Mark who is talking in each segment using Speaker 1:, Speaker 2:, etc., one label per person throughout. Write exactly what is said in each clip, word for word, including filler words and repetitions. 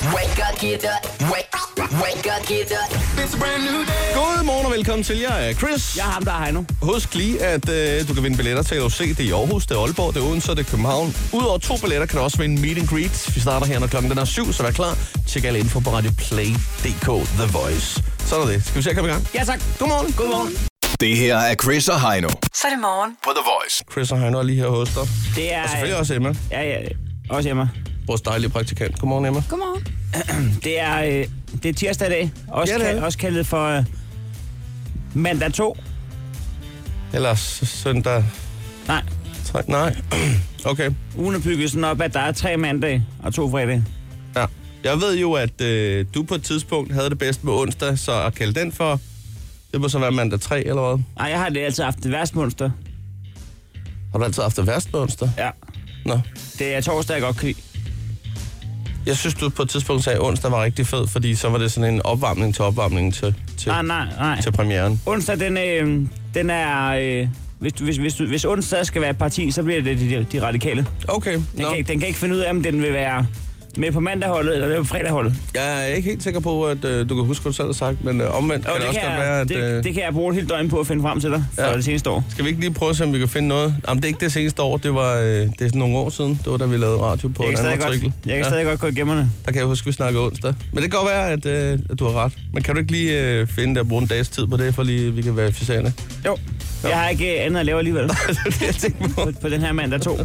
Speaker 1: Wake up, get up. Wake, wake up, get up. It's a brand new day.
Speaker 2: Godmorgen og velkommen til. Jeg er Chris.
Speaker 3: Jeg er ham, der er Heino.
Speaker 2: Husk lige, at øh, du kan vinde billetter til L O C. Det er i Aarhus, det er Aalborg, det er Odense og det er København. Udover to billetter kan du også vinde meet and greet. Vi starter her, når klokken den er syv, så vær klar. Tjek alle info på radioplay punktum d k. The Voice. Sådan er det. Skal vi se at komme i gang?
Speaker 3: Ja, tak.
Speaker 2: Godmorgen.
Speaker 3: Godmorgen.
Speaker 4: Det her er Chris og Heino
Speaker 5: Så er det morgen.
Speaker 4: på The Voice.
Speaker 2: Chris og Heino er lige her hos dig.
Speaker 3: Det er...
Speaker 2: Og selvfølgelig også Emma,
Speaker 3: Ja, ja. Også Emma.
Speaker 2: vores dejlige praktikant. Godmorgen, Emma.
Speaker 5: Godmorgen.
Speaker 3: Det er, øh, det er tirsdag i dag. Også,
Speaker 2: Ja, det er
Speaker 3: kald,
Speaker 2: det.
Speaker 3: også kaldet for øh, mandag to.
Speaker 2: Eller s- søndag
Speaker 3: Nej,
Speaker 2: tre. Nej. Okay.
Speaker 3: ugen er bygget sådan op, at der er tre mandage og to fredage.
Speaker 2: Ja. Jeg ved jo, at øh, du på et tidspunkt havde det bedst med onsdag, så at kalde den for... Det må så være mandag tre, eller hvad?
Speaker 3: Nej, jeg har det altid haft det værste på onsdag.
Speaker 2: Har du altid haft det værst med onsdag?
Speaker 3: Ja.
Speaker 2: Nå.
Speaker 3: Det er torsdag, jeg godt kan lide.
Speaker 2: Jeg synes, du på et tidspunkt sagde, at onsdag var rigtig fed, fordi så var det sådan en opvarmning til opvarmning til, til,
Speaker 3: Nej, nej, nej.
Speaker 2: til premieren.
Speaker 3: Onsdag, den, øh, den er... Øh, hvis, du, hvis, hvis, du, hvis onsdag skal være et parti, så bliver det de, de, de radikale.
Speaker 2: Okay.
Speaker 3: Den
Speaker 2: Nå.
Speaker 3: kan, ikke- den kan ikke finde ud af, om den vil være med på mandagholdet eller på fredagholdet.
Speaker 2: Jeg er ikke helt sikker på, at øh, du kan huske, hvad du selv har sagt, men øh, omvendt
Speaker 3: Jo,
Speaker 2: kan det,
Speaker 3: det,
Speaker 2: også
Speaker 3: kan
Speaker 2: godt
Speaker 3: jeg,
Speaker 2: være, at...
Speaker 3: det,
Speaker 2: Øh,
Speaker 3: det kan jeg bruge et helt døgn på at finde frem til dig for
Speaker 2: Ja.
Speaker 3: det seneste år.
Speaker 2: skal vi ikke lige prøve at se, om vi kan finde noget? Jamen, det er ikke det seneste år, det var øh, det er sådan nogle år siden. Det var da vi lavede radio på
Speaker 3: Jeg
Speaker 2: en
Speaker 3: kan
Speaker 2: anden
Speaker 3: stadig
Speaker 2: artikel.
Speaker 3: godt, jeg kan stadig godt gå i gemmerne.
Speaker 2: Der kan jeg huske, at vi snakkede onsdag. Men det kan godt være, at, øh, at du har ret. Men kan du ikke lige øh, finde der og bruge en dags tid på det, for lige vi kan verificere det?
Speaker 3: Jo. Jeg har ikke andet at lave alligevel
Speaker 2: det er det, jeg tænker på.
Speaker 3: på, på den her mandag to.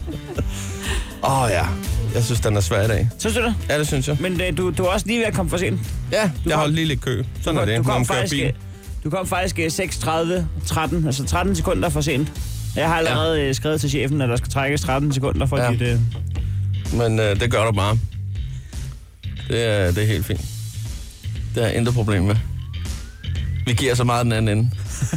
Speaker 2: Åh oh, ja, jeg synes, den er svær i dag.
Speaker 3: Synes du det?
Speaker 2: Ja, det synes jeg.
Speaker 3: Men øh, du, du er også lige ved at komme for sent.
Speaker 2: Ja, jeg
Speaker 3: kom-
Speaker 2: holdt lige lidt kø. Sådan
Speaker 3: du,
Speaker 2: er det,
Speaker 3: du
Speaker 2: når
Speaker 3: kom
Speaker 2: man kører
Speaker 3: faktisk,
Speaker 2: bil.
Speaker 3: øh, du kom faktisk øh, seks tredive tretten, altså tretten sekunder for sent. Jeg har allerede ja. skrevet til chefen, at der skal trækkes tretten sekunder for
Speaker 2: Ja.
Speaker 3: dit... Øh...
Speaker 2: Men øh, det gør du bare. Det er, det er helt fint. Det er intet problem med. Vi giver så meget den anden ende.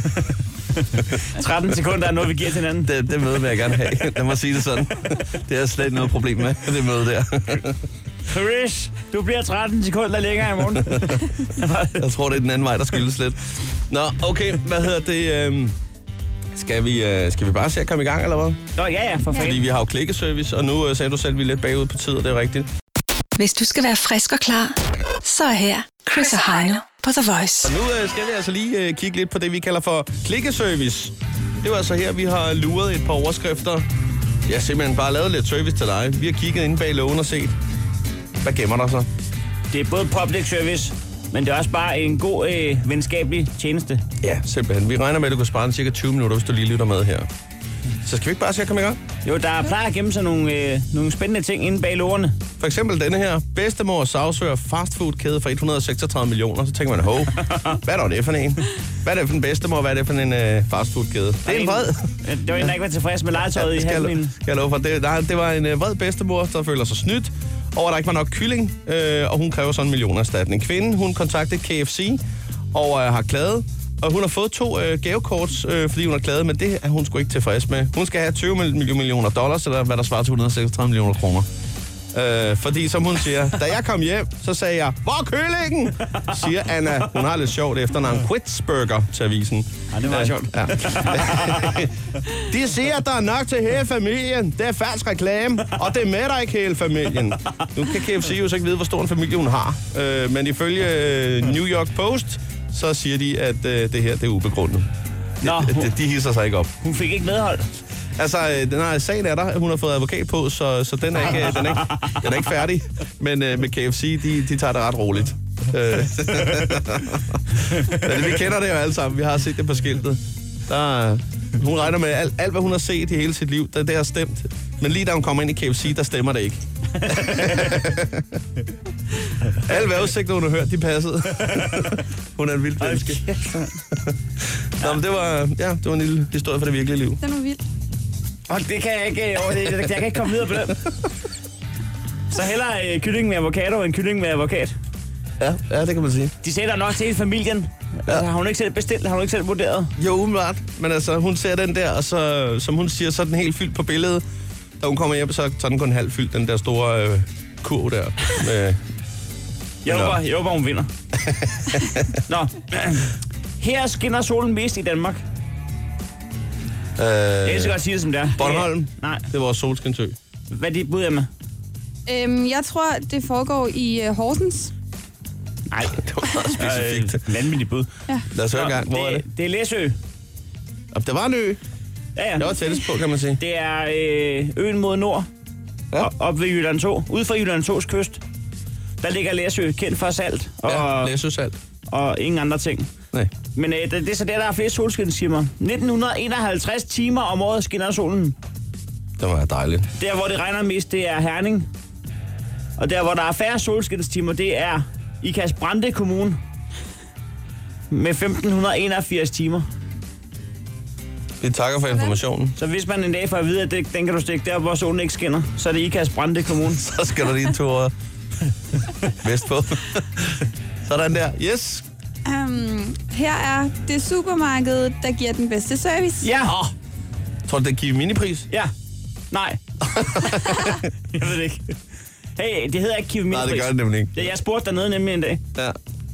Speaker 3: tretten sekunder er noget, vi giver til hinanden.
Speaker 2: Det, det møde vil jeg gerne have. Lad mig sige det sådan. Det er slet ikke noget problem med, det møde der.
Speaker 3: Chris, du bliver tretten sekunder længere i morgen.
Speaker 2: Jeg tror, det er den anden vej, der skyldes lidt. Nå, okay, hvad hedder det? Øhm, skal, vi, øh, skal vi bare se at komme i gang, eller hvad?
Speaker 3: Nå, ja, ja, for
Speaker 2: Fordi
Speaker 3: fanden.
Speaker 2: vi har jo klikkeservice, og nu øh, sagde du selv, at vi er lidt bagud på tid, og det er rigtigt.
Speaker 5: Hvis du skal være frisk og klar, så er her Chris og Heino på The Voice.
Speaker 2: Og nu øh, skal vi altså lige øh, kigge lidt på det, vi kalder for klikkeservice. Det var altså her, vi har luret et par overskrifter. Jeg har simpelthen bare lavet lidt service til dig. Vi har kigget inde bag lågen og set, hvad gemmer der så?
Speaker 3: Det er både public service, men det er også bare en god, øh, venskabelig tjeneste.
Speaker 2: Ja, simpelthen. Vi regner med, at du kan spare en cirka tyve minutter, hvis du lige lytter med her. Så skal vi ikke bare se at komme i gang?
Speaker 3: Jo, der plejer at gemme sig nogle, øh, nogle spændende ting inde bag lårene.
Speaker 2: For eksempel denne her. Bedstemor sagsøger fastfood-kæde for et hundrede og seksogtredive millioner. Så tænker man, hov, hvad er der det for en? Hvad er det for en bedstemor, hvad er det for en øh, fastfood-kæde? Det er en vred.
Speaker 3: Det var en, der ikke var tilfreds med legetøjet i
Speaker 2: skal,
Speaker 3: halvminen.
Speaker 2: jeg, skal jeg love for. Det, nej, det var en øh, vred bedstemor, der føler sig snydt over, at der ikke var nok kylling, øh, og hun kræver sådan en millionerstatning. Kvinden, hun kontaktede K F C og øh, har klaget. Og hun har fået to øh, gavekort, øh, fordi hun har klaget, men det er hun sgu ikke tilfreds med. Hun skal have tyve millioner dollars, eller hvad der svarer til et hundrede og seksogtredive millioner kroner. Øh, fordi som hun siger, da jeg kom hjem, så sagde jeg, hvor er kyllingen? Siger Anna. Hun har lidt sjovt efternavn. Quitsburger til avisen.
Speaker 3: Ja, det var
Speaker 2: Øh,
Speaker 3: sjovt.
Speaker 2: Ja. De siger, at der er nok til hele familien. Det er falsk reklame, og det mætter ikke hele familien. Nu kan K F C jo så ikke vide, hvor stor en familie hun har. Øh, men ifølge øh, New York Post, så siger de, at øh, det her det er ubegrundet.
Speaker 3: Nå,
Speaker 2: De,
Speaker 3: hun,
Speaker 2: de, de hisser sig ikke op.
Speaker 3: hun fik ikke medhold.
Speaker 2: Altså, øh, den her sagen er der. Hun har fået advokat på, så, så den, er ikke, den, er ikke, den er ikke færdig. Men øh, med K F C, de, de tager det ret roligt. Øh. Men vi kender det jo alle sammen. Vi har set det på skiltet. Der, hun regner med alt, alt, hvad hun har set i hele sit liv, det, det har stemt. Men lige da hun kommer ind i K F C, der stemmer det ikke. Alle vejrudsigter, hun har hørt, de passede. Hun er en vild menneske. Nå, men det var, ja, det var en lille historie fra det virkelige liv.
Speaker 5: Den var vild.
Speaker 3: Og det kan jeg ikke, øh, det, jeg kan ikke komme videre på den. Så hellere øh, kylling med avocado end kylling med advokat.
Speaker 2: Ja, ja, det kan man sige.
Speaker 3: De sætter nok til hele familien. Ja. Altså, har hun ikke selv bestilt, har hun ikke selv vurderet?
Speaker 2: Jo, umiddelbart. Men altså, hun ser den der, og så, som hun siger, så er den helt fyldt på billedet. Da hun kommer hjem, så er den kun halv fyldt, den der store øh, kurv der. Med,
Speaker 3: Jeg håber, jeg håber, hun vinder. Nå, her skinner solen mest i Danmark.
Speaker 2: øh,
Speaker 3: Jeg kan så godt sige det, som det er.
Speaker 2: Bornholm.
Speaker 3: Nej,
Speaker 2: Det er vores solskinsø.
Speaker 3: hvad er dit bud, Emma?
Speaker 6: Øhm, jeg tror, det foregår i uh, Horsens.
Speaker 3: Nej,
Speaker 2: Det var meget specifikt.
Speaker 3: øh, vanvittigt bud.
Speaker 6: Ja.
Speaker 2: Lad os høre en gang. Hvor er det?
Speaker 3: Det er Læsø.
Speaker 2: Og det var en ø.
Speaker 3: Ja, ja.
Speaker 2: Det var tættest på, kan man sige.
Speaker 3: Det er øh, øen mod nord.
Speaker 2: Ja.
Speaker 3: Ja. Op ved Jylland to. Ude for Jylland to's kyst. Der ligger Læsø, kendt for salt. Og,
Speaker 2: Ja, Læsøsalt.
Speaker 3: og ingen andre ting.
Speaker 2: Nej.
Speaker 3: Men øh, det, det er så der, der er flest solskinstimer. nitten enoghalvtreds timer om året skinner solen.
Speaker 2: Det var dejligt.
Speaker 3: Der, hvor det regner mest, det er Herning. Og der, hvor der er færre solskinstimer, det er Ikast Brande Kommune. Med femten enogfirs timer.
Speaker 2: Vi takker for informationen.
Speaker 3: Så hvis man en dag får at vide, at det, den kan du stikke der, hvor solen ikke skinner, så er det Ikast Brande Kommune.
Speaker 2: Så skal du lige en tur vestpå. Sådan der. Yes.
Speaker 6: Um, her er det supermarked, der giver den bedste service.
Speaker 3: Ja!
Speaker 2: Oh. Tror du, det giver minipris?
Speaker 3: Ja. Nej. Jeg ved det ikke. Hey, det hedder ikke Kiwi
Speaker 2: Nej,
Speaker 3: Minipris.
Speaker 2: det gør det nemlig ikke.
Speaker 3: Det, jeg spurgte dernede nemlig en dag.
Speaker 2: Ja,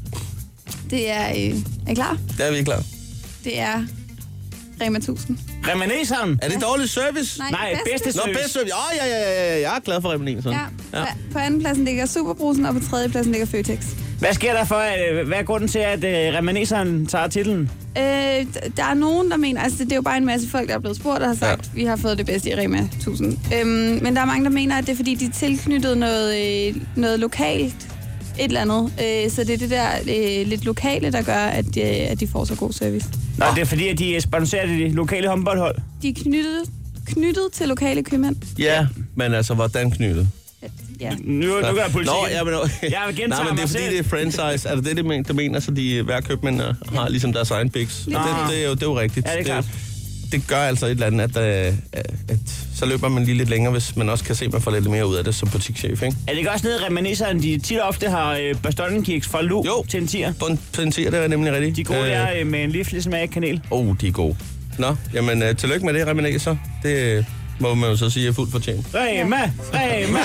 Speaker 6: Det er... Øh, er I klar?
Speaker 2: det er vi klar.
Speaker 6: Det er Rema tusind.
Speaker 3: Remaneseren.
Speaker 2: Er det dårlig service?
Speaker 3: Nej, bedste
Speaker 2: Nå,
Speaker 3: service.
Speaker 2: bedste service. Åh, oh, ja, ja, ja, ja. Jeg er glad for Remaneseren.
Speaker 6: Ja. Ja. På anden pladsen ligger Superbrusen, og på tredje pladsen ligger Føtex.
Speaker 3: Hvad sker der for, øh, hvad er grunden til, at øh, Remaneseren tager titlen?
Speaker 6: Øh, d- der er nogen, der mener... Altså, det er jo bare en masse folk, der er blevet spurgt og har sagt, ja. Vi har fået det bedste i Rema tusind. Øhm, men der er mange, der mener, at det er, fordi de er tilknyttet noget, øh, noget lokalt. Et eller andet. Øh, så det er det der øh, lidt lokale, der gør, at de, at de får så god service.
Speaker 3: Nå, det er fordi, at de sponsorerer det lokale håndboldhold.
Speaker 6: De er knyttet, knyttet til lokale købmænd.
Speaker 2: Ja, men altså, hvordan knyttet?
Speaker 6: Ja.
Speaker 3: Nu, nu gør jeg politik.
Speaker 2: Nå, ja, men, okay.
Speaker 3: Jeg vil gentage
Speaker 2: Nej, men det er
Speaker 3: mig
Speaker 2: fordi,
Speaker 3: selv.
Speaker 2: det er franchise. Er det det, det mener, det mener så de hver købmænd har ligesom deres egen biks? Det, det, er jo, det er jo rigtigt.
Speaker 3: Ja, det er klart.
Speaker 2: Det, det gør altså et eller andet, at, at, at så løber man lige lidt længere, hvis man også kan se, at man får lidt mere ud af det som butikschef, ikke?
Speaker 3: Er det ikke også nede i Remaneseren, de tit og ofte har øh, bastonkiks fra Lu
Speaker 2: Jo.
Speaker 3: til en tier?
Speaker 2: Til en tier, det er nemlig rigtigt.
Speaker 3: De gode er øh, med en livlig smag af kanel.
Speaker 2: Åh, oh, de er gode. Nå, jamen, øh, tillykke med det, Remaneser. Det må man jo så sige er fuldt fortjent.
Speaker 3: Rema! Rema!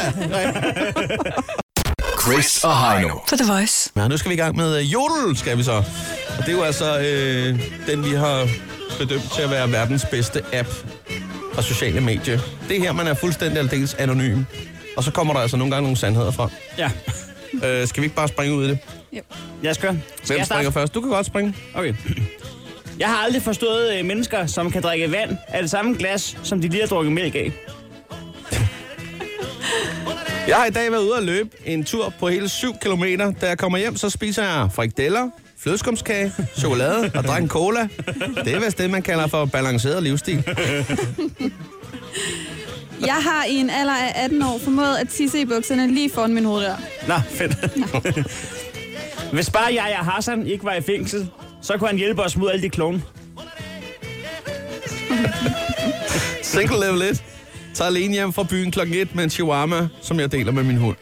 Speaker 4: Chris og Heino.
Speaker 5: På The Voice.
Speaker 2: Ja, nu skal vi i gang med uh, Jodel, skal vi så. Og det er jo altså øh, den, vi har bedømt til at være verdens bedste app og sociale medier. Det er her, man er fuldstændig aldeles anonym. Og så kommer der altså nogle gange nogle sandheder frem.
Speaker 3: Ja.
Speaker 2: Øh, skal vi ikke bare springe ud i det?
Speaker 6: Jo.
Speaker 3: Jeg skal. Skal
Speaker 2: Hvem
Speaker 3: jeg
Speaker 2: springer
Speaker 3: starte?
Speaker 2: først? Du kan godt springe.
Speaker 3: Okay. Jeg har aldrig forstået øh, mennesker, som kan drikke vand af det samme glas, som de lige har drukket mælk af.
Speaker 2: Jeg har i dag været ude at løbe en tur på hele syv kilometer. Da jeg kommer hjem, så spiser jeg frikadeller, flødeskumskage, chokolade og drikker en cola. Det er vist det, man kalder for balanceret livsstil.
Speaker 6: Jeg har i en alder af atten år formået at tisse i bukserne lige foran min hoveddør.
Speaker 3: Nå, fedt. Hvis bare jeg og Hassan ikke var i fængsel, så kunne han hjælpe os mod alle de klovne.
Speaker 2: Single level et. Tager alene hjem fra byen klokken et med en chihuahua, som jeg deler med min hund.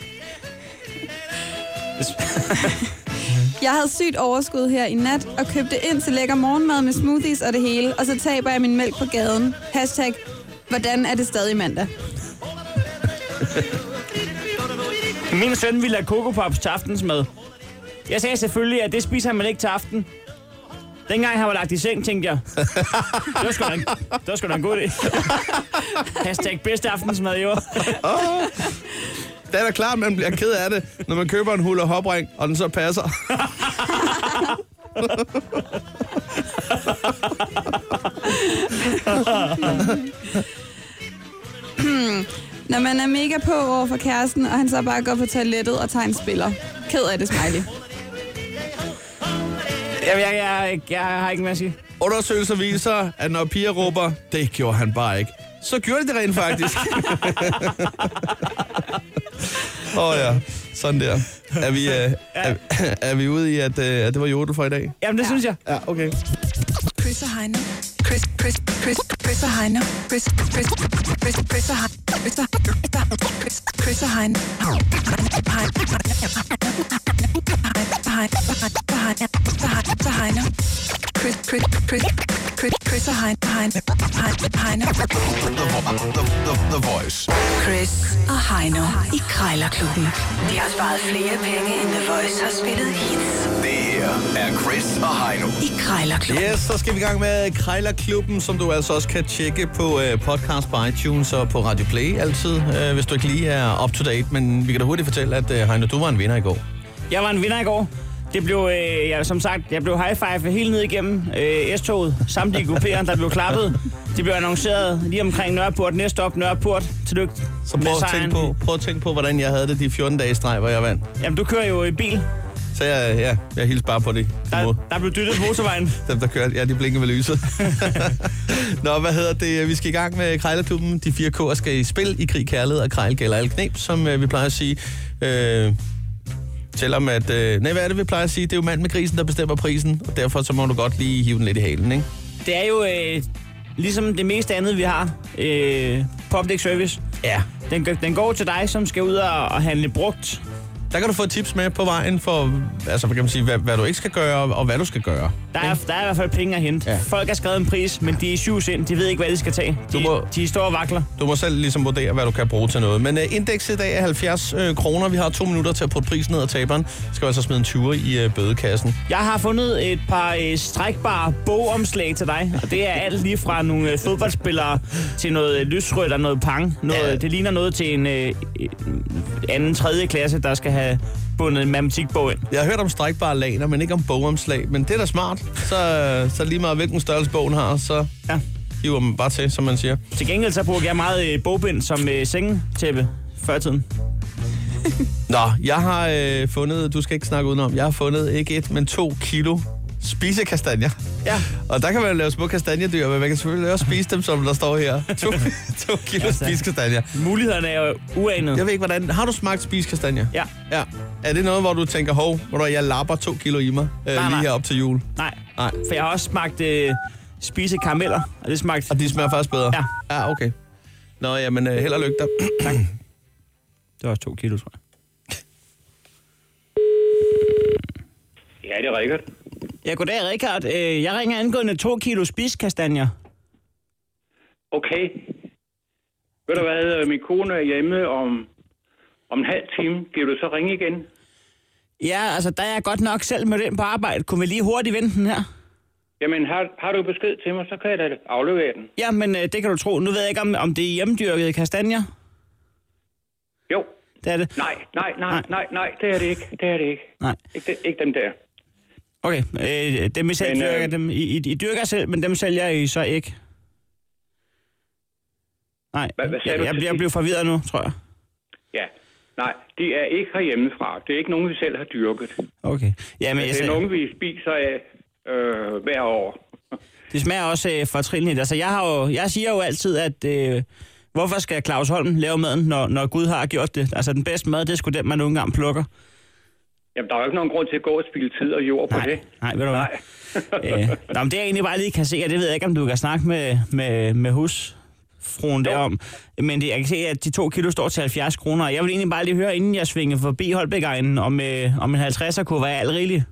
Speaker 6: Jeg havde sygt overskud her i nat og købte ind til lækker morgenmad med smoothies og det hele, og så taber jeg min mælk på gaden. Hashtag, hvordan er det stadig mandag?
Speaker 3: Min søn ville have Coco Pops til aftensmad. Jeg sagde selvfølgelig, at det spiser man ikke til aften. Dengang han var lagt i seng, tænkte jeg, det var sgu da en, det var sgu da en god idé. Hashtag bedste aftensmad i år.
Speaker 2: Det er da klart, at man bliver ked af det, når man køber en hula hopring, og den så passer.
Speaker 6: Når man er mega på over for kæresten, og han så bare går på toilettet og tager en spiller. Ked af det, smiley.
Speaker 3: Jeg, jeg, jeg, jeg har ikke mere at sige.
Speaker 2: Undersøgelser viser, at når piger råber, det gjorde han bare ikke, så gjorde de det rent faktisk. Åh oh, ja, sådan der. Er vi, øh, er, er vi ude i, at, øh, at det var Jodel for i dag?
Speaker 3: Jamen, det ja. synes jeg.
Speaker 2: Ja, okay.
Speaker 5: Chris og Heino. Chris, Chris, Chris, Chris og Heino. Chris, Chris, Chris, Chris og Heino. Chris, Chris, Chris og Heino. Heino. Chris, Chris, Chris, Chris, Chris og Heino. Heino.
Speaker 4: The, the, the, the Voice.
Speaker 5: Chris og Heino i Krejlerklubben. De har sparet flere penge, end The Voice har spillet hits
Speaker 4: Det her er Chris og Heino.
Speaker 5: i Krejlerklubben.
Speaker 2: Yes, så skal vi i gang med Krejlerklubben, som du altså også kan tjekke på uh, podcast på iTunes og på Radio Play altid, uh, hvis du ikke lige er up to date. Men vi kan da hurtigt fortælle, at uh, Heino, du var en vinder i går.
Speaker 3: Jeg var en vinder i går. Det blev, øh, jeg, som sagt, jeg blev high-five helt ned igennem øh, S-toget. Samtlige grupperer, der blev klappet. Det blev annonceret lige omkring Nørreport. Næste op Nørreport. Tillykke
Speaker 2: Så prøv at, tænke på, prøv at tænke på, hvordan jeg havde det de fjorten dage i streg, hvor jeg vandt.
Speaker 3: Jamen, du kører jo i bil.
Speaker 2: Så jeg, ja, jeg hilser bare på det.
Speaker 3: Der, der blev dyttet på motorvejen.
Speaker 2: Dem, der kørte, ja, de blinker med lyset. Nå, hvad hedder det? Vi skal i gang med Krejlerklubben. De fire K'er skal i spil i krig, kærlighed og krejl, gælder alle knep, som øh, vi plejer at sige. Øh, selvom at... Øh, nej, hvad er det, vi plejer at sige? Det er jo mand med grisen, der bestemmer prisen, og derfor så må du godt lige hive den lidt i halen, ikke?
Speaker 3: Det er jo øh, ligesom det meste andet, vi har. Øh, public service.
Speaker 2: Ja.
Speaker 3: Den, den går til dig, som skal ud og, og handle brugt.
Speaker 2: Der kan du få tips med på vejen for, altså, hvad kan man sige, hvad, hvad du ikke skal gøre, og hvad du skal gøre.
Speaker 3: Der er, der er i hvert fald penge at hente.
Speaker 2: Ja.
Speaker 3: Folk har skrevet en pris, men de er syv sind. De ved ikke, hvad de skal tage. De,
Speaker 2: Du må-
Speaker 3: de står og vakler.
Speaker 2: Du må selv ligesom vurdere, hvad du kan bruge til noget. Men uh, indekset i dag er halvfjerds øh, kroner. Vi har to minutter til at putte prisen ned, og taberen skal altså smide en tyver i uh, bødekassen.
Speaker 3: Jeg har fundet et par øh, strækbare bogomslag til dig, og det er alt lige fra nogle øh, fodboldspillere til noget øh, lysrødt og noget pang. Noget,
Speaker 2: Ja.
Speaker 3: Det ligner noget til en øh, anden, tredje klasse, der skal have bundet en matematikbog ind.
Speaker 2: Jeg har hørt om strækbare laner, men ikke om bogomslag. Men det er da smart. Så, så lige meget hvilken størrelse bogen har, så
Speaker 3: Ja.
Speaker 2: hiver man bare til, som man siger.
Speaker 3: Til gengæld så brugte jeg meget øh, bogbind som øh, sengetæppe før i tiden.
Speaker 2: Nå, jeg har øh, fundet, du skal ikke snakke udenom, jeg har fundet ikke et, men to kilo spisekastanjer.
Speaker 3: Ja.
Speaker 2: Og der kan man jo lave små kastanjedyr, men man kan selvfølgelig også spise dem, som der står her. To, to kilo
Speaker 3: Altså.
Speaker 2: spisekastanjer.
Speaker 3: Mulighederne er jo uanede.
Speaker 2: Jeg ved ikke, hvordan... Har du smagt spisekastanjer?
Speaker 3: Ja.
Speaker 2: Ja. Er det noget, hvor du tænker, hov, hvor du, jeg lapper to kilo i mig øh,
Speaker 3: Nej,
Speaker 2: lige
Speaker 3: nej.
Speaker 2: her op til jul?
Speaker 3: Nej,
Speaker 2: Nej.
Speaker 3: for jeg har også smagt øh, spise karameller, og det smagte...
Speaker 2: Og de smager faktisk bedre?
Speaker 3: Ja.
Speaker 2: Ja, okay. Nå, jamen, øh, held og lykke der.
Speaker 3: Tak. Det var også to kilo, tror jeg.
Speaker 7: Ja, det er Rikard.
Speaker 3: Ja, goddag, Richard. Øh, Jeg ringer angående to kilo spiskastanjer.
Speaker 7: Okay. Ved du hvad, min kone er hjemme om, om en halv time. Giver du så ringe igen?
Speaker 3: Ja, altså, der er jeg godt nok selv med den på arbejde. Kunne vi lige hurtigt vente den her?
Speaker 7: Jamen, har, har du besked til mig, så kan jeg da aflevere den.
Speaker 3: Ja, men øh, det kan du tro. Nu ved jeg ikke, om, om det er hjemmedyrkede kastanjer.
Speaker 7: Jo.
Speaker 3: Det er det.
Speaker 7: Nej, nej, nej,
Speaker 3: Nej.
Speaker 7: nej, nej, det er det ikke. Det er det ikke.
Speaker 3: Nej.
Speaker 7: Ikke, det, ikke dem der.
Speaker 3: Okay, øh, dem I selv
Speaker 7: Men,
Speaker 3: dyrker,
Speaker 7: øh,
Speaker 3: dem, I, I, I dyrker selv, men dem sælger I så ikke? Nej,
Speaker 7: Hvad- hvad sagde
Speaker 3: jeg,
Speaker 7: du
Speaker 3: jeg,
Speaker 7: til
Speaker 3: jeg
Speaker 7: det?
Speaker 3: bliver forvirret nu, tror jeg.
Speaker 7: Ja. Nej, de er ikke herhjemmefra. Det er ikke nogen, vi selv har dyrket.
Speaker 3: Okay. Ja, men jeg,
Speaker 7: Det er
Speaker 3: sagde-
Speaker 7: nogen, vi spiser af øh, hver år.
Speaker 3: det smager også øh, fortrinligt. Altså, jeg, har jo, jeg siger jo altid, at øh, hvorfor skal Claus Holm lave maden, når, når Gud har gjort det? Altså, den bedste mad, det er sgu den, man nogle gange plukker.
Speaker 7: Jamen, der er jo ikke nogen grund til at gå og spilde tid og jord på
Speaker 3: Nej,
Speaker 7: det.
Speaker 3: nej, ved du hvad?
Speaker 7: Nej.
Speaker 3: øh, nå, men det jeg egentlig bare lige kan se, og det ved jeg ikke, om du kan snakke med, med, med husfruen derom, men det, jeg kan se, at de to kilo står til halvfjerds kroner, og jeg vil egentlig bare lige høre, inden jeg svinger forbi Holbæk-egnen, om, øh, om en halvtredser kunne være alt rigeligt.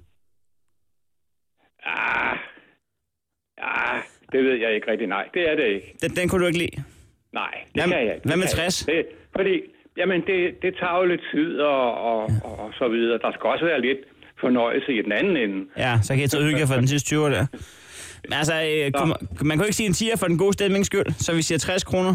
Speaker 7: Ah, ah, det ved jeg ikke rigtig. Nej, det er det ikke.
Speaker 3: Den, den kunne du ikke lide?
Speaker 7: Nej, det
Speaker 3: Hvad-
Speaker 7: kan jeg ikke.
Speaker 3: hvad
Speaker 7: Det
Speaker 3: med
Speaker 7: kan jeg
Speaker 3: tres?
Speaker 7: ikke. Det, fordi, jamen, det, det tager jo lidt tid og, og, og, og så videre. Der skal også være lidt fornøjelse i den anden ende.
Speaker 3: Ja, så kan jeg tage hygge for den sidste tyver der. Men altså, øh, kunne, man, man kunne ikke sige en tier for den gode stemnings skyld, så vi siger tres kroner.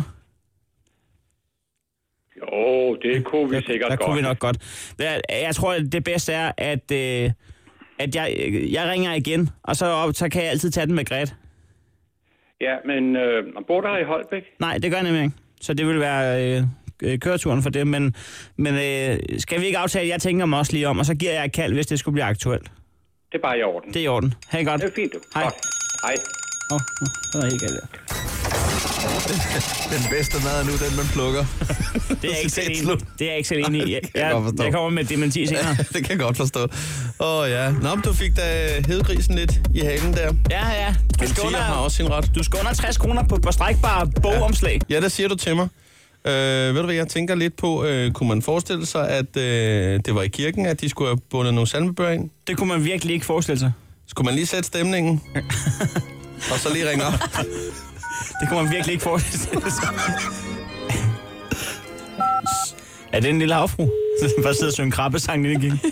Speaker 7: Jo, det kunne vi sikkert
Speaker 3: Der
Speaker 7: godt.
Speaker 3: kunne vi nok godt. Jeg, jeg tror, at det bedste er, at, øh, at jeg, jeg ringer igen, og så, op, så kan jeg altid tage den med Gret.
Speaker 7: Ja, men øh, bor der i Holbæk?
Speaker 3: Nej, det gør jeg nemlig ikke. Så det vil være øh, øh, køreturen for det. Men, men øh, skal vi ikke aftale, jeg tænker mig også lige om, og så giver jeg et kald, hvis det skulle blive aktuelt.
Speaker 7: Det er bare i orden.
Speaker 3: Det er i orden. Ha' det godt.
Speaker 7: Det er fint, du.
Speaker 3: Hej.
Speaker 7: Godt. Hej.
Speaker 3: Åh, oh, det var helt galt der.
Speaker 2: Den bedste mad er nu den, man plukker.
Speaker 3: Det er jeg ikke selv
Speaker 2: Det er
Speaker 3: enig,
Speaker 2: slut.
Speaker 3: det er jeg ikke selv enig i. Jeg,
Speaker 2: Det kan jeg godt
Speaker 3: jeg,
Speaker 2: forstå.
Speaker 3: jeg kommer med et dementi senere.
Speaker 2: Det kan jeg godt forstå. Åh oh, ja. Nå, men du fik da hedegrisen lidt i halen der.
Speaker 3: Ja, ja. Du
Speaker 2: Den tiger har
Speaker 3: skåner,
Speaker 2: også sin ret.
Speaker 3: du skåner tres kroner på, på strækbare bogomslag.
Speaker 2: Ja, det siger du til mig. Øh, ved du hvad, jeg tænker lidt på, øh, kunne man forestille sig, at øh, det var i kirken, at de skulle have bundet nogle salmebøger ind?
Speaker 3: Det kunne man virkelig ikke forestille sig.
Speaker 2: Skulle man lige sætte stemningen? Og så lige ringe op?
Speaker 3: Det kunne man virkelig ikke forestille sig. Er det en lille havfru? Bare sidder og synge krabbesang ind igen.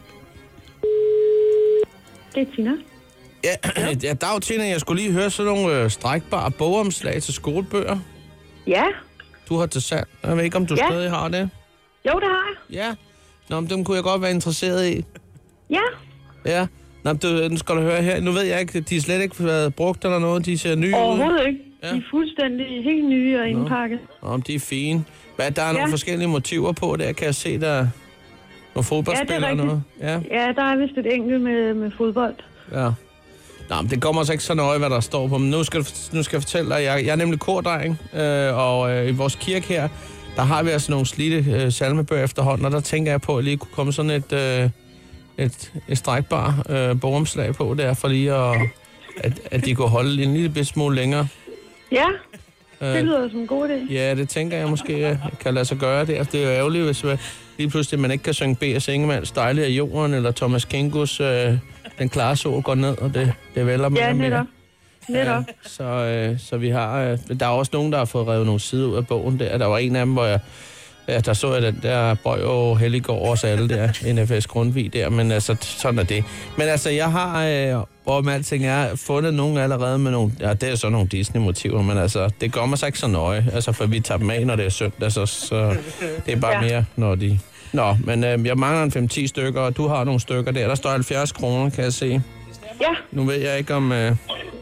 Speaker 8: Det er Tina.
Speaker 2: Ja, ja, dag Tina, jeg skulle lige høre sådan nogle øh, strækbare bogomslag til skolebøger.
Speaker 8: Ja.
Speaker 2: Du har til salg. Jeg ved ikke, om du
Speaker 8: Ja.
Speaker 2: stadig har det.
Speaker 8: Jo, det har jeg.
Speaker 2: Ja. Nå, men dem kunne jeg godt være interesseret i.
Speaker 8: Ja.
Speaker 2: Ja. Nå, men du, den skal du høre her. Nu ved jeg ikke, de er slet ikke været brugt eller noget. De ser nye ud.
Speaker 8: Overhovedet ikke.
Speaker 2: Ja.
Speaker 8: De er fuldstændig helt nye og indpakket.
Speaker 2: Nå, men de er fine. Hvad, der er nogle
Speaker 8: Ja.
Speaker 2: forskellige motiver på der. Kan jeg se, der er nogle fodboldspillere og noget? Ja.
Speaker 8: Ja, der er vist et enkelt med, med fodbold.
Speaker 2: Ja. Nå, men det kommer altså ikke så nøje, hvad der står på. Men nu skal, nu skal jeg fortælle dig, jeg, jeg er nemlig kordreng, øh, og øh, i vores kirke her, der har vi altså nogle slidte øh, salmebøger efterhånden, og der tænker jeg på, at lige kunne komme sådan et, øh, et, et strækbar øh, bogomslag på der, for lige at, at, at de kunne holde en lille bit smule længere.
Speaker 8: Ja,
Speaker 2: Øh,
Speaker 8: det lyder som en god idé.
Speaker 2: Ja, det tænker jeg måske øh, kan lade sig gøre det. Det er jo ærgerligt, hvis øh, lige pludselig man ikke kan synge B S. Ingemanns Dejlig af jorden, eller Thomas Kingus øh, Den klare sol går ned, og det, det vælger mere
Speaker 8: Ja,
Speaker 2: og mere.
Speaker 8: netop. Netop.
Speaker 2: Ja, så, øh, så vi har... Øh, der er også nogen, der har fået revet nogle sider ud af bogen der. Der var en af dem, hvor jeg... Ja, der så jeg den der Bøj Helligård os alle der, N F S Grundtvig der, men altså, sådan er det. Men altså, jeg har, øh, hvor med alting er, fundet nogen allerede med nogle... Ja, det er så nogle Disney-motiver, men altså, det gør mig så ikke så nøje, altså, for vi tager dem af, når det er søndag, så, så det er bare ja. mere, når de... Nå, men øh, jeg mangler en fem ti stykker, og du har nogle stykker der. Der står halvfjerds kroner, kan jeg se.
Speaker 8: Ja.
Speaker 2: Nu ved jeg ikke, om, øh,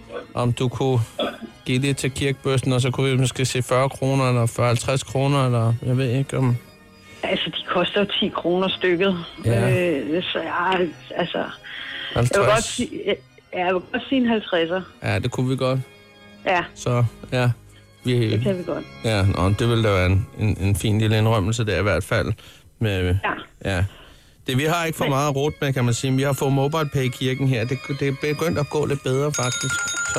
Speaker 2: om du kunne give det til kirkebøssen, og så kunne vi måske se fyrre kroner, eller fyrre halvtreds kroner, eller jeg ved ikke om...
Speaker 8: Altså, de koster jo ti kroner stykket.
Speaker 2: Ja.
Speaker 8: Øh, så jeg, altså...
Speaker 2: halvtreds.
Speaker 8: Jeg vil godt sige, ja, jeg vil godt sige en halvtredser.
Speaker 2: Ja, det kunne vi godt.
Speaker 8: Ja,
Speaker 2: Så, ja. Vi,
Speaker 8: det kan vi godt.
Speaker 2: ja, nå, det ville da være en, en, en fin lille indrømmelse der i hvert fald. Med,
Speaker 8: Ja.
Speaker 2: ja. Det, vi har ikke for meget råd med, kan man sige. Vi har fået MobilePay i kirken her. Det, det er begyndt at gå lidt bedre, faktisk. Så,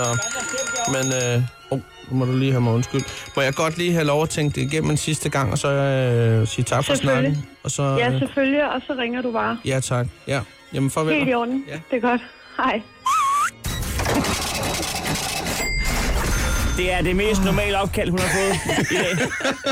Speaker 2: men, øh, oh, nu må du lige have mig undskyld. Må jeg godt lige have lov at tænke det igennem en sidste gang, og så øh, sige tak for snakken? Og så, øh,
Speaker 8: Ja, selvfølgelig, og så ringer du bare.
Speaker 2: ja, tak. Ja. Jamen, farvel.
Speaker 8: Helt i orden.
Speaker 2: Ja.
Speaker 8: Det er godt. Hej.
Speaker 3: Det er det mest normale opkald, hun har fået i dag.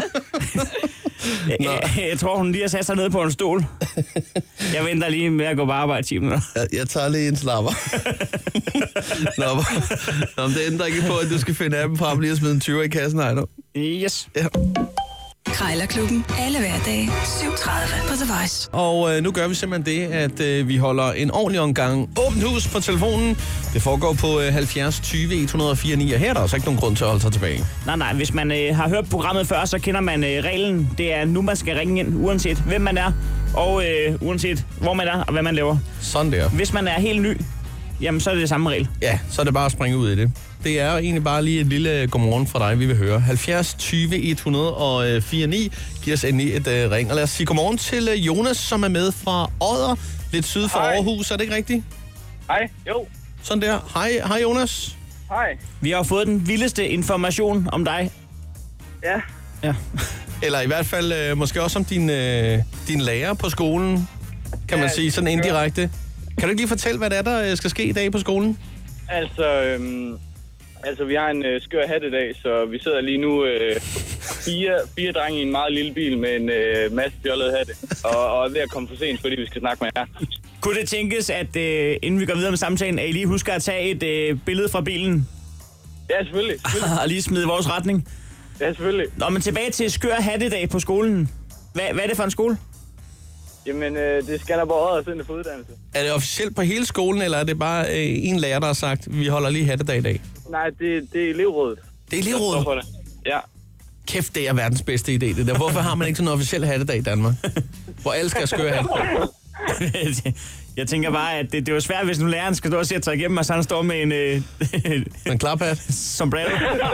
Speaker 3: Jeg, jeg tror, hun lige har sat sig ned på en stol. Jeg venter lige med at gå på arbejde i ti minutter.
Speaker 2: Jeg, jeg tager lige en slapper. Nå, Nå, men det ændrer ikke på, at du skal finde appen frem lige og smide en tyver i kassen, Ejner.
Speaker 3: Yes.
Speaker 2: Ja.
Speaker 5: Krejlerklubben. Alle hverdage. syv tredive på The Voice.
Speaker 2: Og øh, nu gør vi simpelthen det, at øh, vi holder en ordentlig omgang åbent hus på telefonen. Det foregår på øh, halvfjerds tyve et nul fire ni, og her er der også ikke nogen grund til at holde sig tilbage.
Speaker 3: Nej, nej. Hvis man øh, har hørt programmet før, så kender man øh, reglen. Det er nu, man skal ringe ind, uanset hvem man er, og øh, uanset hvor man er og hvad man laver.
Speaker 2: Sådan der.
Speaker 3: Hvis man er helt ny, jamen så er det det samme regel.
Speaker 2: Ja, så er det bare at springe ud i det. Det er jo egentlig bare lige et lille godmorgen fra dig, vi vil høre. halvfjerds tyve et nul fire ni. Giv os endelig et uh, ring. Og lad os sige godmorgen til uh, Jonas, som er med fra Odder, lidt syd for
Speaker 9: Hej.
Speaker 2: Aarhus. Er det ikke rigtigt?
Speaker 9: Hej, jo.
Speaker 2: Sådan der. Hej, hej Jonas.
Speaker 9: Hej.
Speaker 3: Vi har jo fået den vildeste information om dig.
Speaker 9: Ja.
Speaker 3: Ja.
Speaker 2: Eller i hvert fald uh, måske også om din, uh, din lærer på skolen, kan man
Speaker 9: Ja,
Speaker 2: sige, sådan indirekte. Kan du ikke lige fortælle, hvad det er, der skal ske i dag på skolen?
Speaker 9: Altså, øhm, altså vi har en øh, skør hat i dag, så vi sidder lige nu øh, fire, fire drenge i en meget lille bil med en øh, masse fjollede hatte, og, og er ved at komme for sent, fordi vi skal snakke med jer.
Speaker 3: Kunne det tænkes, at øh, inden vi går videre med samtalen, at I lige husker at tage et øh, billede fra bilen
Speaker 9: Ja, selvfølgelig. selvfølgelig.
Speaker 3: og lige smide i vores retning?
Speaker 9: Ja, selvfølgelig.
Speaker 3: Nå, men tilbage til skør hattedag på skolen. Hvad, hvad er det for en skole?
Speaker 9: Jamen, øh, det skal der bare Odder Center for Uddannelse.
Speaker 2: Er det officielt på hele skolen, eller er det bare øh, en lærer, der har sagt, vi holder lige hattedag i dag?
Speaker 9: Nej, det, det er elevrådet.
Speaker 2: Det er
Speaker 9: der står
Speaker 2: elevrådet.
Speaker 9: for det. Ja.
Speaker 2: Kæft, det er verdens bedste idé, det der. Hvorfor har man ikke sådan en officiel hattedag i Danmark? Hvor alle skal skøre hat.
Speaker 3: Jeg tænker bare, at det, det er jo svært, hvis nu læreren skal stå og sætte sig igennem, og så han står med en... Øh,
Speaker 2: en klaphat.
Speaker 3: Sombrero.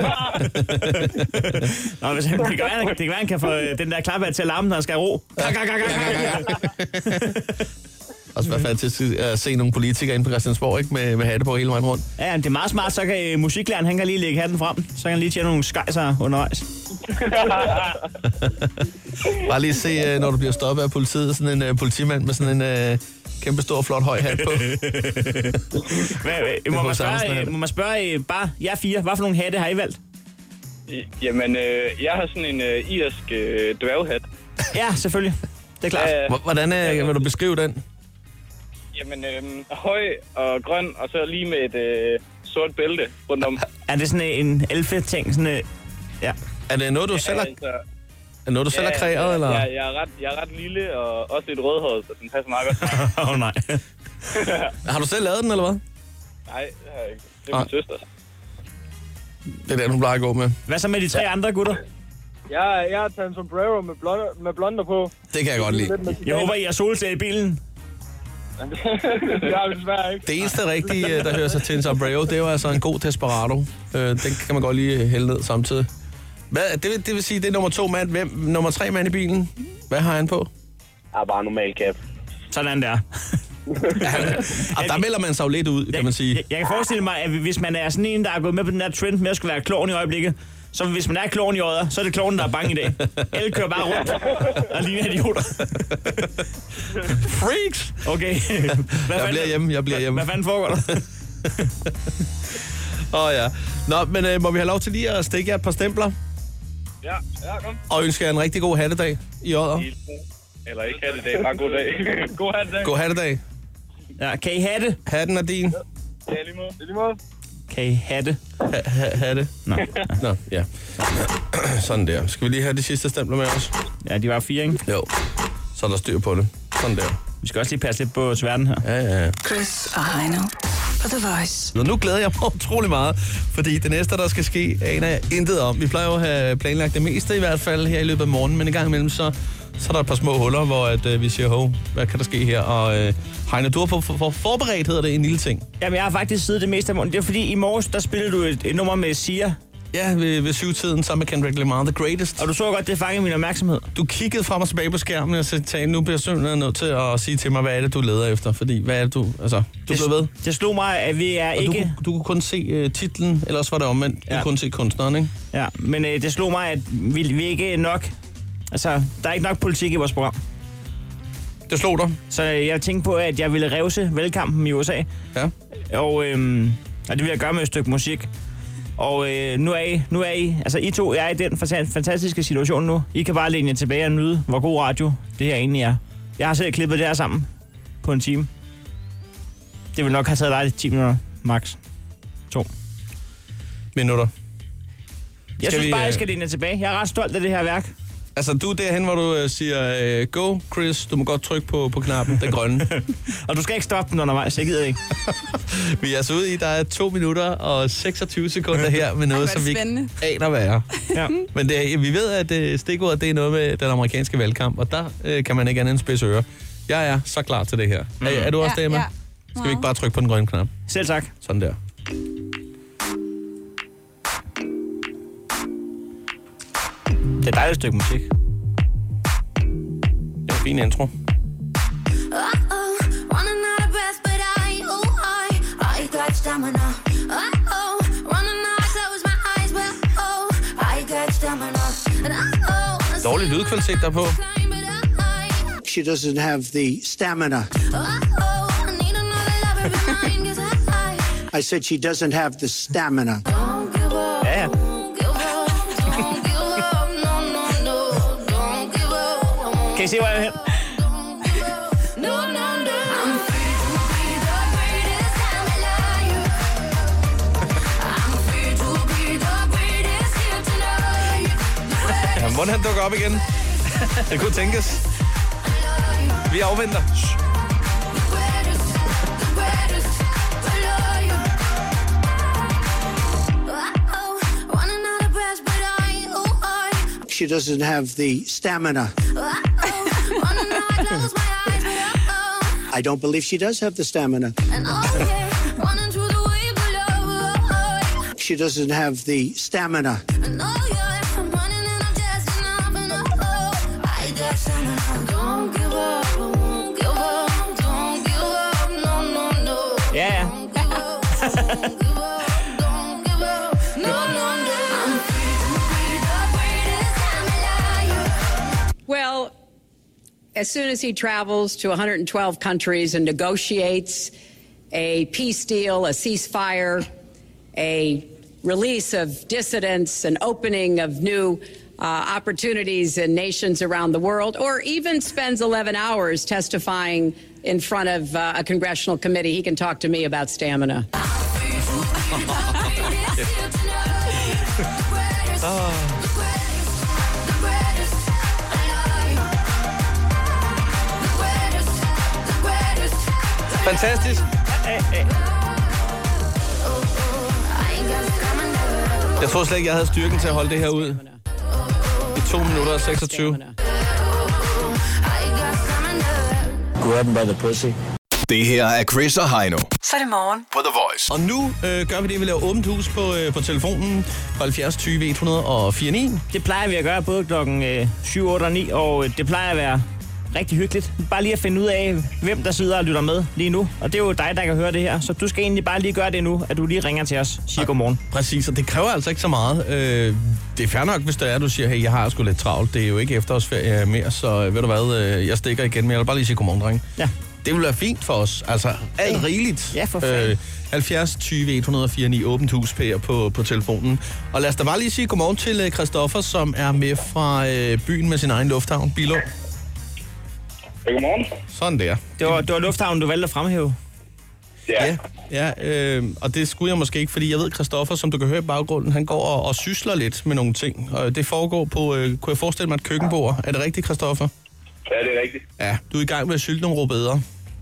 Speaker 3: Nå, hvis han, det, kan være, det kan være, han kan få øh, den der klaphat til at larme, når han skal have ro.
Speaker 2: Også være fantastisk at se nogle politikere inde på Christiansborg, ikke? Med, med hatte på hele vejen rundt.
Speaker 3: Ja, det er meget smart, så kan øh, musiklæreren, han kan lige lægge hatten frem. Så kan han lige tjene nogle skejser undervejs.
Speaker 2: Bare lige se, uh, når du bliver stoppet af politiet, sådan en uh, politimand med sådan en uh, kæmpe stor, flot, høj hat på.
Speaker 3: Hvad, øh, må, man spørge, øh, må man spørge øh, bare jer fire, hvad for nogle hatte har I valgt?
Speaker 9: Jamen, øh, jeg har sådan en øh, irsk øh, dværghat.
Speaker 3: Ja, selvfølgelig. Det er klart.
Speaker 9: Øh,
Speaker 2: Hvordan er, vil du beskrive den?
Speaker 9: Jamen, øhm, høj og grøn, og så lige med et øh, sort bælte rundt om.
Speaker 3: Er det sådan en elfe-ting? Sådan, øh, ja.
Speaker 2: Er det noget, du
Speaker 9: Ja,
Speaker 2: selv har,
Speaker 9: altså,
Speaker 2: er noget, du selv har kreeret, eller?
Speaker 9: Ja, jeg er, ret, jeg er ret lille og også lidt rødhåret, så den passer meget godt.
Speaker 3: Åh, oh, nej.
Speaker 2: Har du selv lavet den, eller hvad?
Speaker 9: Nej, det har jeg ikke. Det er min søster.
Speaker 2: Det er den, hun plejer at gå med.
Speaker 3: Hvad så med de tre ja. andre gutter?
Speaker 9: Jeg, jeg har taget en sombrero med blonder, med blonder på.
Speaker 2: Det kan jeg godt lide.
Speaker 3: Jeg håber, I har solsæt i bilen.
Speaker 9: Det har vi desværre ikke.
Speaker 2: Det eneste rigtige, der hører sig til en sombrero, det er jo altså en god Desperado. Den kan man godt lige hælde ned samtidig. Hvad, det, vil, det vil sige, det er nummer to mand. Hvem, nummer tre mand i bilen. Hvad har han på?
Speaker 9: Jeg er bare normal cap.
Speaker 3: Sådan der.
Speaker 2: Og der melder man sig jo lidt ud, kan man sige.
Speaker 3: Jeg, jeg kan forestille mig, at hvis man er sådan en, der er gået med på den her trend med at skulle være klovn i øjeblikket, så hvis man er klovn i øjet, så er det klovnen, der er bange i dag. Alle kører bare rundt og ligner idioter.
Speaker 2: Freaks!
Speaker 3: Okay. Hvad
Speaker 2: jeg bliver hjemme, jeg bliver hjemme.
Speaker 3: Hvad fanden foregår der?
Speaker 2: Åh oh, ja. Nå, men øh, må vi have lov til lige at stikke jer et par stempler?
Speaker 9: Ja, ja, kom.
Speaker 2: Og ønsker jer en rigtig god hattedag i Odder.
Speaker 9: Eller ikke hattedag, bare god dag. God hattedag.
Speaker 2: God hattedag.
Speaker 3: Ja, kan I have det?
Speaker 2: Hatten er din.
Speaker 9: Ja, lige måde. Lige måde.
Speaker 3: Kan I have det?
Speaker 2: Ha, ha, hatte.
Speaker 3: Nå.
Speaker 2: Nå, ja. Sådan der. Skal vi lige have de sidste stempler med os?
Speaker 3: Ja, de var fire, ikke?
Speaker 2: Jo. Så er der styr på det. Sådan der.
Speaker 3: Vi skal også lige passe lidt på sværden her.
Speaker 2: Ja, ja, ja.
Speaker 5: Chris og Heino på The Voice.
Speaker 2: Så nu glæder jeg mig utrolig meget, fordi det næste, der skal ske, aner jeg intet om. Vi plejer jo at have planlagt det meste i hvert fald her i løbet af morgenen, men en gang imellem, så, så er der et par små huller, hvor at, øh, vi siger, hov, hvad kan der ske her? Og øh, Heino, du har for, for, for forberedt, hedder det, en lille ting.
Speaker 3: Jamen, jeg har faktisk siddet det meste af morgenen. Det er fordi, i morges, der spillede du et, et nummer med Sia.
Speaker 2: Ja, ved, ved syvtiden sammen med Kendrick Lamar, The Greatest.
Speaker 3: Og du så godt, det fangede min opmærksomhed.
Speaker 2: Du kiggede frem og tilbage på skærmen og sagde, nu bliver jeg simpelthen nødt til at sige til mig, hvad er det, du leder efter? Fordi, hvad er det, du... Altså, du
Speaker 3: det,
Speaker 2: blev ved.
Speaker 3: Det slog mig, at vi er
Speaker 2: og
Speaker 3: ikke...
Speaker 2: Du, du kunne kun se uh, titlen, ellers var det omvendt. Du
Speaker 3: ja.
Speaker 2: kunne kun se kunstneren, ikke?
Speaker 3: Ja, men uh, det slog mig, at vi, vi ikke nok... Altså, der er ikke nok politik i vores program.
Speaker 2: Det slog dig.
Speaker 3: Så jeg tænkte på, at jeg ville revse valgkampen i U S A.
Speaker 2: Ja.
Speaker 3: Og, øhm, og det vil jeg gøre med et stykke musik. Og øh, nu, er I, nu er I, altså I to er i den fantastiske situation nu. I kan bare læne jer tilbage og nyde, hvor god radio det her egentlig er. Jeg har selv klippet det her sammen på en time. Det vil nok have taget dig ti minutter, max. To.
Speaker 2: Minutter.
Speaker 3: Jeg
Speaker 2: skal
Speaker 3: synes
Speaker 2: vi,
Speaker 3: bare, jeg skal læne jer tilbage. Jeg er ret stolt af det her værk.
Speaker 2: Altså, du er derhen, hvor du uh, siger, uh, go, Chris, du må godt trykke på, på knappen, den grønne.
Speaker 3: Og du skal ikke stoppe den undervejs, jeg gider ikke.
Speaker 2: Vi er så ude i, der er to minutter og seksogtyve sekunder her med noget, som vi ikke aner, hvad er.
Speaker 3: Ja.
Speaker 2: Men det er, vi ved, at uh, stikordet det er noget med den amerikanske valgkamp, og der uh, kan man ikke andet end spidse ører. Jeg er så klar til det her. Mm. Er, er du også
Speaker 6: ja,
Speaker 2: der, Emma?
Speaker 6: Ja.
Speaker 2: Skal vi ikke bare trykke på den grønne knap?
Speaker 3: Selv tak.
Speaker 2: Sådan der.
Speaker 3: Det er et dejligt stykke musik.
Speaker 2: Det er en fin intro. Dårlig lydkvalitet derpå.
Speaker 10: She doesn't have the stamina. I said she doesn't have the stamina.
Speaker 3: Ja, ja. Kan I se, hvor jeg er hen?
Speaker 2: Ja, hvordan han dukker op igen? Det kunne tænkes. Vi afventer.
Speaker 10: She doesn't have the stamina. I don't believe she does have the stamina. She doesn't have the stamina.
Speaker 3: Ja, ja.
Speaker 11: Well, as soon as he travels to one hundred twelve countries and negotiates a peace deal, a ceasefire, a release of dissidents, an opening of new uh, opportunities in nations around the world, or even spends eleven hours testifying in front of uh, a congressional committee, he can talk to me about stamina.
Speaker 2: Fantastisk. Jeg tror slet ikke, jeg havde styrken til at holde det her ud. I to minutter og seksogtyve.
Speaker 4: Grab them by the pussy. Det her er Chris og Heino
Speaker 5: Så er det morgen.
Speaker 4: på The Voice.
Speaker 2: Og nu øh, gør vi det, vi laver åbent hus på, øh, på telefonen på halvfjerds tyve et hundrede og fire ni.
Speaker 3: Det plejer vi at gøre både klokken øh, syv, otte og ni, og øh, det plejer at være rigtig hyggeligt. Bare lige at finde ud af, hvem der sidder og lytter med lige nu. Og det er jo dig, der kan høre det her. Så du skal egentlig bare lige gøre det nu, at du lige ringer til os. Siger godmorgen.
Speaker 2: Præcis, og det kræver altså ikke så meget. Øh, det er fair nok, hvis det er, du siger, hey, jeg har sgu lidt travlt. Det er jo ikke efterårsferie mere, så øh, ved du hvad, øh, jeg stikker igen. Men jeg vil bare lige sige godmorgen, dreng.
Speaker 3: Ja.
Speaker 2: Det vil være fint for os. Altså, alt rigeligt.
Speaker 3: Ja, for fanden.
Speaker 2: Øh, halvfjerds tyve et hundrede og fire ni, åbent hus her på, på telefonen. Og lad os da bare lige sige godmorgen til øh, Christoffer, som er med fra øh, byen med sin egen lufthavn, Billund.
Speaker 9: Ja, godmorgen.
Speaker 2: Sådan der.
Speaker 3: Det var, det var lufthavnen, du valgte at fremhæve.
Speaker 9: Ja.
Speaker 2: Ja, ja øh, og det skulle jeg måske ikke, fordi jeg ved, Christoffer, som du kan høre i baggrunden, han går og, og sysler lidt med nogle ting. Og det foregår på, øh, kunne jeg forestille mig, et køkkenbord. Er det rigtigt, Christoffer?
Speaker 9: Ja, det er rigtigt.
Speaker 2: Ja, du er i gang med at sylte nogle rødbeder.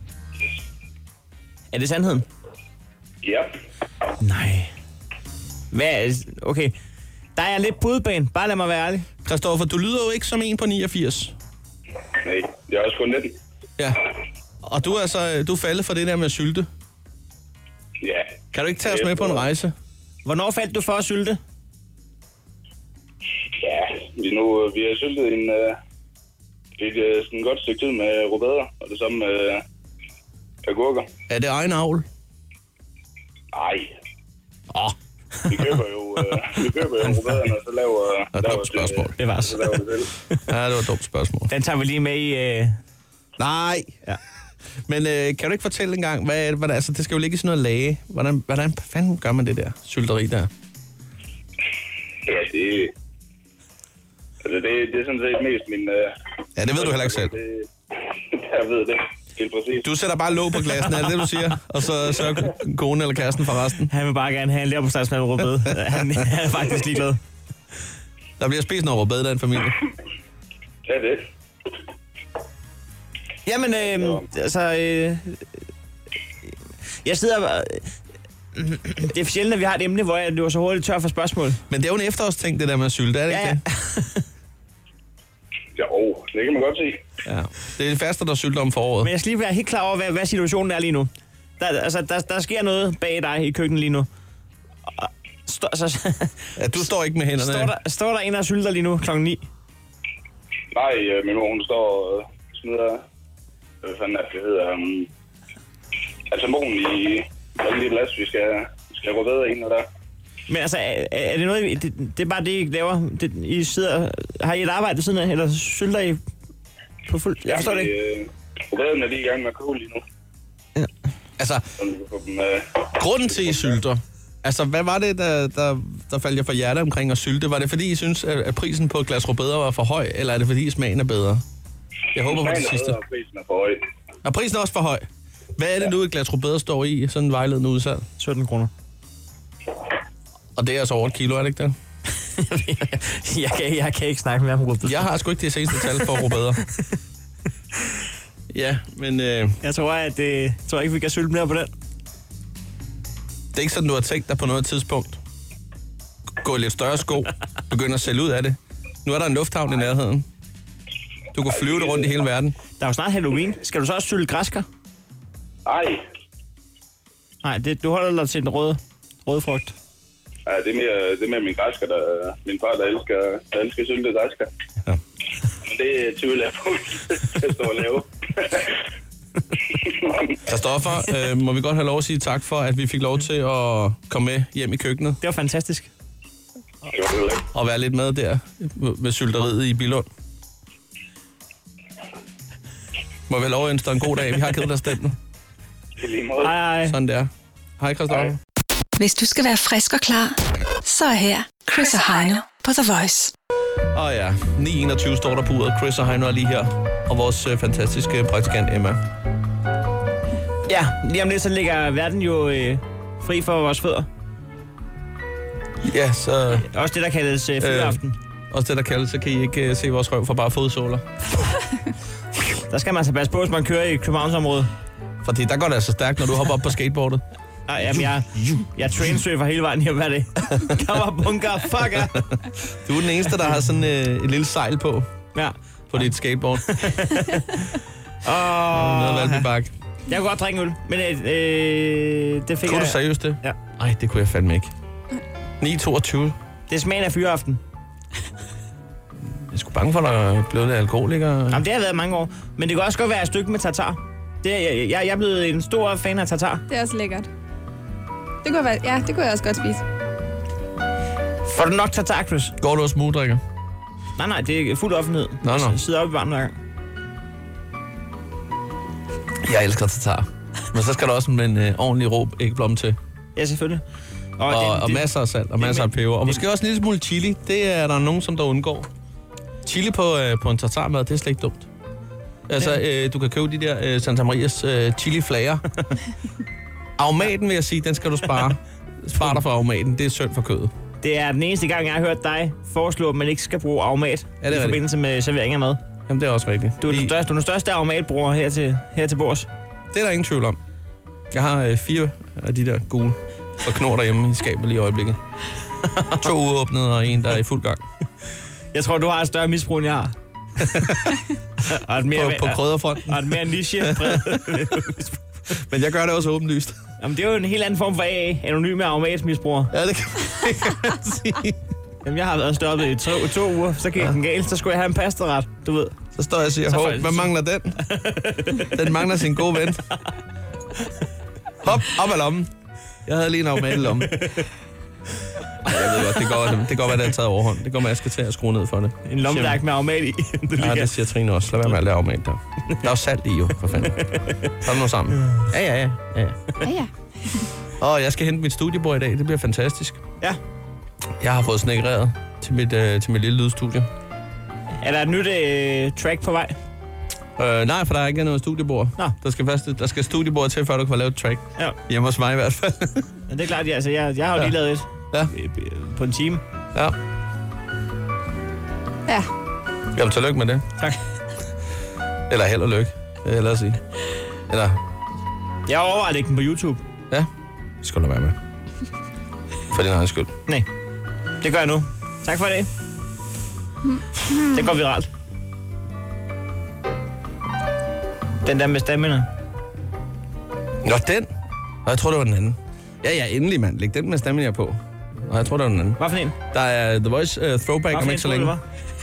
Speaker 3: Er det sandheden?
Speaker 9: Ja.
Speaker 3: Nej. Hvad er okay. Der er lidt budbane. Bare lad mig være ærlig.
Speaker 2: Christoffer, du lyder jo ikke som en på niogfirs.
Speaker 9: Nej, jeg er også kun nitten.
Speaker 2: Ja. Og du er så du er faldet for det der med at sylte.
Speaker 9: Ja.
Speaker 2: Kan du ikke tage os med på en rejse?
Speaker 3: Hvornår faldt du for at sylte?
Speaker 9: Ja, vi, nu, vi har syltet en, uh, et uh, sådan godt stykke tid med rødbeder, og det samme med uh, agurker.
Speaker 2: Er det egen avl?
Speaker 9: Nej.
Speaker 2: Åh.
Speaker 9: Vi køber jo, uh, vi køber jo rødbederne, og så laver,
Speaker 2: Det var et dumt spørgsmål.
Speaker 3: Det var
Speaker 9: så laver vi selv.
Speaker 2: Ja, det var et dumt spørgsmål.
Speaker 3: Den tager vi lige med i... Øh...
Speaker 2: Nej.
Speaker 3: Ja.
Speaker 2: Men øh, kan du ikke fortælle engang, hvad, hvad der, altså, det skal jo ligge i sådan noget lage. Hvordan, hvordan fanden gør man det der sylteri der?
Speaker 9: Ja, det... Altså, det, det er sådan set mest min... Uh,
Speaker 2: Ja, det ved du heller ikke selv.
Speaker 9: Det, jeg ved det. Helt præcis.
Speaker 2: Du sætter bare låg på glassen, er det det, du siger? Og så sørger kone eller kæresten for resten.
Speaker 3: Han vil bare gerne have en leverpostejsmad med rødbede. Han, han er faktisk ligeglad.
Speaker 2: Der bliver spist noget rødbede i den familie.
Speaker 9: Ja, det.
Speaker 3: Jamen, øh, altså... Øh, jeg sidder... Øh, det er sjældent, at vi har et emne, hvor jeg løber så hurtigt tør for spørgsmål.
Speaker 2: Men det er jo en efterårsting, det der med at sylte, er det
Speaker 3: Ja,
Speaker 2: ikke
Speaker 3: ja.
Speaker 2: det?
Speaker 9: Jo, det kan man godt sige.
Speaker 2: Ja. Det er det faste, der sylter om foråret.
Speaker 3: Men jeg skal lige være helt klar over, hvad, hvad situationen er lige nu. Der, altså, der, der sker noget bag dig i køkkenet lige nu. Og, stå, så,
Speaker 2: Ja, du står ikke med hænderne.
Speaker 3: står, der, står der en og sylter lige nu klokken ni?
Speaker 9: Nej, øh, min mor, hun står og smider... Hvad fanden er det, det hedder? Um, altså, mogen i... Der er en lille last, vi skal, vi skal røde bedre ind og der.
Speaker 3: Men altså, er, er det noget, I- det, det er bare det, I laver? Det, I sidder, har I et arbejde ved siden af, eller sylter I på fuld... Jeg forstår det ikke.
Speaker 9: Øh, rødbederne er lige i gang med at koge lige nu.
Speaker 2: Altså,
Speaker 9: Så vi kan få dem... Øh,
Speaker 2: grunden til, I sylter, altså, hvad var det, der, der, der faldt jer for hjertet omkring at sylte? Var det, fordi I synes, at at prisen på et glas rødbeder var for høj, eller er det, fordi smagen er bedre? Jeg håber på det
Speaker 9: smagen er
Speaker 2: sidste.
Speaker 9: bedre, og prisen er for høj.
Speaker 2: Og prisen er også for høj. Hvad er det nu, et glas rødbeder står i, sådan en vejledende udsalg?
Speaker 3: sytten kroner.
Speaker 2: Og det er altså over et kilo, er det ikke det?
Speaker 3: jeg, kan, jeg kan ikke snakke mere om rødbede.
Speaker 2: Jeg har sgu ikke det seneste tal for rødbeder. Ja, men øh,
Speaker 3: Jeg tror, at det, jeg tror ikke, vi kan sylte mere på den.
Speaker 2: det er ikke sådan, du har tænkt dig på noget tidspunkt. Gå i lidt større sko, begynde at sælge ud af det. Nu er der en lufthavn i nærheden. Du kan flyve det rundt i hele verden.
Speaker 3: Der er jo snart Halloween. Skal du så også sylte græsker?
Speaker 9: Ej,
Speaker 3: Nej, det, du holder dig til den røde, røde frugt.
Speaker 9: ja, det er mere, det er mere min græsker, der, min far, der elsker, der elsker sylte græsker.
Speaker 2: Ja.
Speaker 9: Men det tvivler jeg på, at stå og lave.
Speaker 2: Christoffer, øh, må vi godt have lov at sige tak for, at vi fik lov til at komme med hjem i køkkenet
Speaker 3: Det var fantastisk.
Speaker 9: Det var det ikke.
Speaker 2: og være lidt med der med sylteriet i Billund. Må vi have lov at ønske dig en god dag. Vi har givet dig stemmen.
Speaker 9: I lige måde.
Speaker 3: Hej, hej.
Speaker 2: Sådan der. Hej, Christoffer.
Speaker 5: Hvis du skal være frisk og klar, så er her Chris og Heino på The Voice.
Speaker 2: Og ja, ni enogtyve står der på uret. Chris og Heino er lige her. Og vores øh, fantastiske praktikant Emma.
Speaker 3: Ja, lige om lidt så ligger verden jo øh, fri for vores fødder.
Speaker 2: Ja, så...
Speaker 3: Også det, der kaldes øh, fyraften. Øh,
Speaker 2: også det, der kaldes, så kan I ikke øh, se vores røv for bare fodsåler.
Speaker 3: Der skal man altså passe på, hvis man kører i Københavnsområdet.
Speaker 2: Fordi der går det altså stærkt, når du hopper op på skateboardet.
Speaker 3: Ej, jamen, jeg, jeg trainsurfer hele vejen her hver dag. Kommer bunker, fuck ja.
Speaker 2: Du er den eneste, der har sådan øh, et lille sejl på.
Speaker 3: Ja.
Speaker 2: På dit skateboard.
Speaker 3: Åh...
Speaker 2: Noget Valby Bakke.
Speaker 3: Jeg kunne godt drikke øl, men øh, det fik
Speaker 2: kunne
Speaker 3: jeg...
Speaker 2: du seriøst det?
Speaker 3: Ja.
Speaker 2: Ej, det kunne jeg fandme ikke. ni toogtyve.
Speaker 3: Det er smagen af fyraften.
Speaker 2: Jeg er sgu bange for, at der er blevet lidt alkoholiker.
Speaker 3: Jamen, det har været mange år. Men det kan også godt være et stykke med tartar. Det er, jeg, jeg, jeg er blevet en stor fan af tartar.
Speaker 6: Det er også lækkert. Det kunne være, ja, det kunne jeg også godt spise.
Speaker 3: Får du nok tartar, Chris?
Speaker 2: Går du og smugdrikker?
Speaker 3: Nej, nej, det er fuld offentlighed.
Speaker 2: Nå, nå.
Speaker 3: Jeg sidder oppe i varmen hver gang.
Speaker 2: Jeg elsker tartar. Men så skal der også en øh, ordentlig råb æggeblomme til.
Speaker 3: Ja, selvfølgelig.
Speaker 2: Og, og, det, og masser af salt, og masser af peber. Og måske også en lille smule chili. Det er der nogen, som der undgår. Chili på, øh, på en tartarmad, det er slet ikke dumt. Altså, øh, du kan købe de der øh, Santa Marias øh, chili-flager. Aromaten, vil jeg sige, den skal du spare. Spar dig for aromaten, det er synd for kødet.
Speaker 3: Det er den eneste gang, jeg har hørt dig foreslå, at man ikke skal bruge aromat
Speaker 2: ja, det
Speaker 3: i forbindelse med servering af mad.
Speaker 2: Jamen, det er også rigtigt.
Speaker 3: Du er den største, du er den største aromatbruger her til, her til bords.
Speaker 2: Det er der ingen tvivl om. Jeg har øh, fire af de der gule og knor derhjemme i skabet lige i øjeblikket. To uåbnede og en, der er i fuld gang.
Speaker 3: Jeg tror, du har et større misbrug, end jeg har. og et mere,
Speaker 2: på, på krydderfronten.
Speaker 3: Og et mere niche.
Speaker 2: Men jeg gør det også åbenlyst.
Speaker 3: Jamen, det er jo en helt anden form for A A, anonyme aromatmisbrugere.
Speaker 2: Ja, det kan, det kan man sige.
Speaker 3: Jamen, jeg har været stoppet i to, to uger, så gik ja. den galt. Så skulle jeg have en pastaret, du ved.
Speaker 2: Så står jeg og siger, hov, hvad mangler den? Den mangler sin gode ven. Hop, op ad lommen. Jeg havde lige en aromat i lommen. Ej, jeg ved godt, det går, det, det går være, det er taget overhånd. Det går med, at jeg skal til at skrue ned for det.
Speaker 3: En lommeværk med aromat i.
Speaker 2: Ja, det siger Trine også. Lad være med at lave aromat der. Der er jo salt i jo, for fanden. Så er det nu sammen. Ja, ja, ja. ja.
Speaker 6: Ja, ja.
Speaker 2: Og jeg skal hente mit studiebord i dag. Det bliver fantastisk.
Speaker 3: Ja.
Speaker 2: Jeg har fået snekreret til mit, øh, til mit lille lydstudie.
Speaker 3: Er der et nyt øh, track på vej?
Speaker 2: Øh, nej, for der er ikke noget studiebord.
Speaker 3: Nå.
Speaker 2: Der skal, først, der skal studiebord til, før du kan få lavet et track.
Speaker 3: Ja.
Speaker 2: Hjemme hos mig i hvert fald.
Speaker 3: Ja, det er klart, ja. Altså, jeg, jeg har jo
Speaker 2: ja.
Speaker 3: lige lavet et.
Speaker 2: Ja.
Speaker 3: På en time.
Speaker 2: Ja.
Speaker 6: Ja.
Speaker 2: Jamen, tillykke med det.
Speaker 3: Tak.
Speaker 2: Eller held og lykke, lad os sige. Eller...
Speaker 3: Jeg overvejer at lægge den på YouTube.
Speaker 2: Ja, det skal du være med. For din egen skyld.
Speaker 3: Nej, det gør jeg nu. Tak for det. Det går viralt. Den der med stamina.
Speaker 2: Nå, den? Nå, jeg tror, det var den anden. Ja, ja, endelig, mand. Læg den med stamina på. Nå, jeg tror, det var den anden.
Speaker 3: Hvad for en?
Speaker 2: Der er The Voice uh, Throwback om ikke så længe.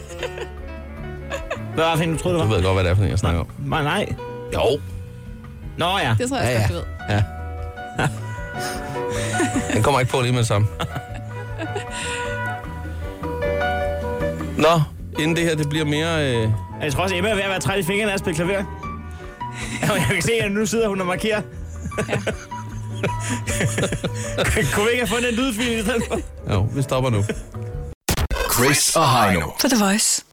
Speaker 3: Hvad var for en, du troede, det var?
Speaker 2: Du ved godt, hvad det er for en, jeg snakker om.
Speaker 3: Nej, nej.
Speaker 2: Jo.
Speaker 3: Nå, ja.
Speaker 6: Det tror jeg
Speaker 2: ja,
Speaker 6: også godt,
Speaker 2: ja.
Speaker 6: du ved.
Speaker 2: Ja. Den kommer ikke på lige med det samme. Nå, inden det her, det bliver mere... Øh...
Speaker 3: Jeg tror også, Emma er ved at være træt i fingrene af at spille klaver. Jeg kan se, at nu sidder hun og markerer. Ja. Kunne vi ikke have fundet en lydfil i stedet for?
Speaker 2: Jo, vi stopper nu.
Speaker 4: Chris og Heino.
Speaker 5: For The Voice.